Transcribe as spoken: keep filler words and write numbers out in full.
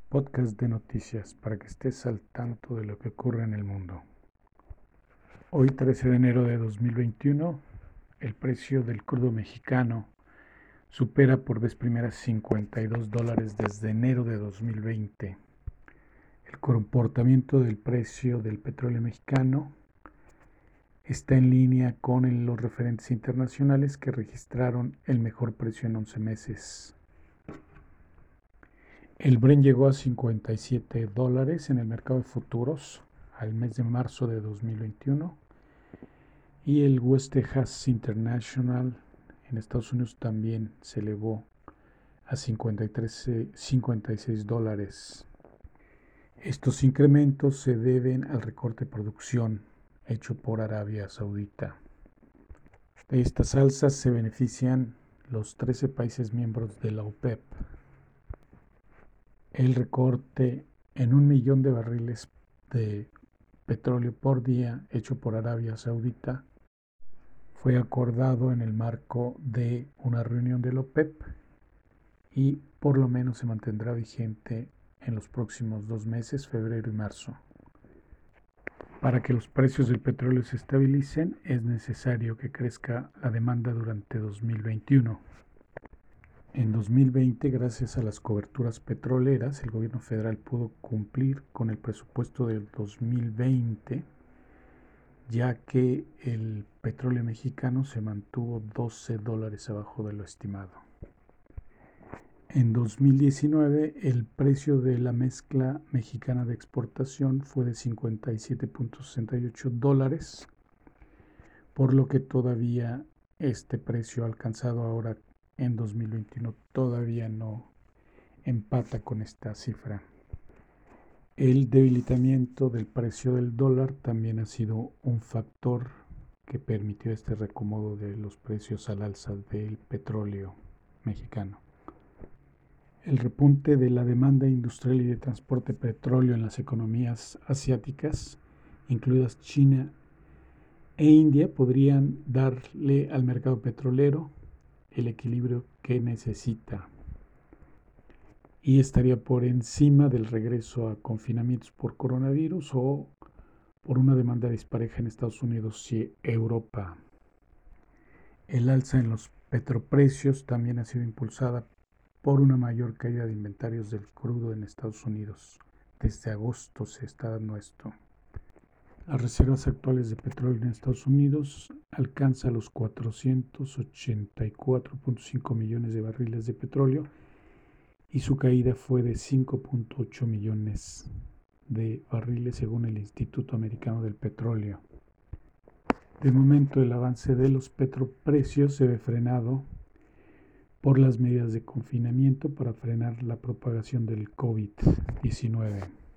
Podcast de noticias para que estés al tanto de lo que ocurre en el mundo. Hoy, trece de enero de dos mil veintiuno, el precio del crudo mexicano supera por vez primera cincuenta y dos dólares desde enero de dos mil veinte. El comportamiento del precio del petróleo mexicano está en línea con los referentes internacionales que registraron el mejor precio en once meses. El Brent llegó a cincuenta y siete dólares en el mercado de futuros al mes de marzo de dos mil veintiuno y el West Texas International en Estados Unidos también se elevó a cincuenta y tres, cincuenta y seis dólares. Estos incrementos se deben al recorte de producción hecho por Arabia Saudita. De estas alzas se benefician los trece países miembros de la OPEP. El recorte en un millón de barriles de petróleo por día hecho por Arabia Saudita fue acordado en el marco de una reunión de la OPEP y por lo menos se mantendrá vigente en los próximos dos meses, febrero y marzo. Para que los precios del petróleo se estabilicen, es necesario que crezca la demanda durante dos mil veintiuno. En dos mil veinte, gracias a las coberturas petroleras, el gobierno federal pudo cumplir con el presupuesto del dos mil veinte, ya que el petróleo mexicano se mantuvo doce dólares abajo de lo estimado. En dos mil diecinueve, el precio de la mezcla mexicana de exportación fue de cincuenta y siete punto sesenta y ocho dólares, por lo que todavía este precio alcanzado ahora en dos mil veintiuno todavía no empata con esta cifra. El debilitamiento del precio del dólar también ha sido un factor que permitió este reacomodo de los precios al alza del petróleo mexicano. El repunte de la demanda industrial y de transporte de petróleo en las economías asiáticas, incluidas China e India, podrían darle al mercado petrolero el equilibrio que necesita y estaría por encima del regreso a confinamientos por coronavirus o por una demanda dispareja en Estados Unidos y Europa. El alza en los petroprecios también ha sido impulsada por una mayor caída de inventarios del crudo en Estados Unidos. Desde agosto se está dando esto. Las reservas actuales de petróleo en Estados Unidos alcanzan los cuatrocientos ochenta y cuatro punto cinco millones de barriles de petróleo y su caída fue de cinco punto ocho millones de barriles según el Instituto Americano del Petróleo. De momento el avance de los petroprecios se ve frenado por las medidas de confinamiento para frenar la propagación del COVID diecinueve.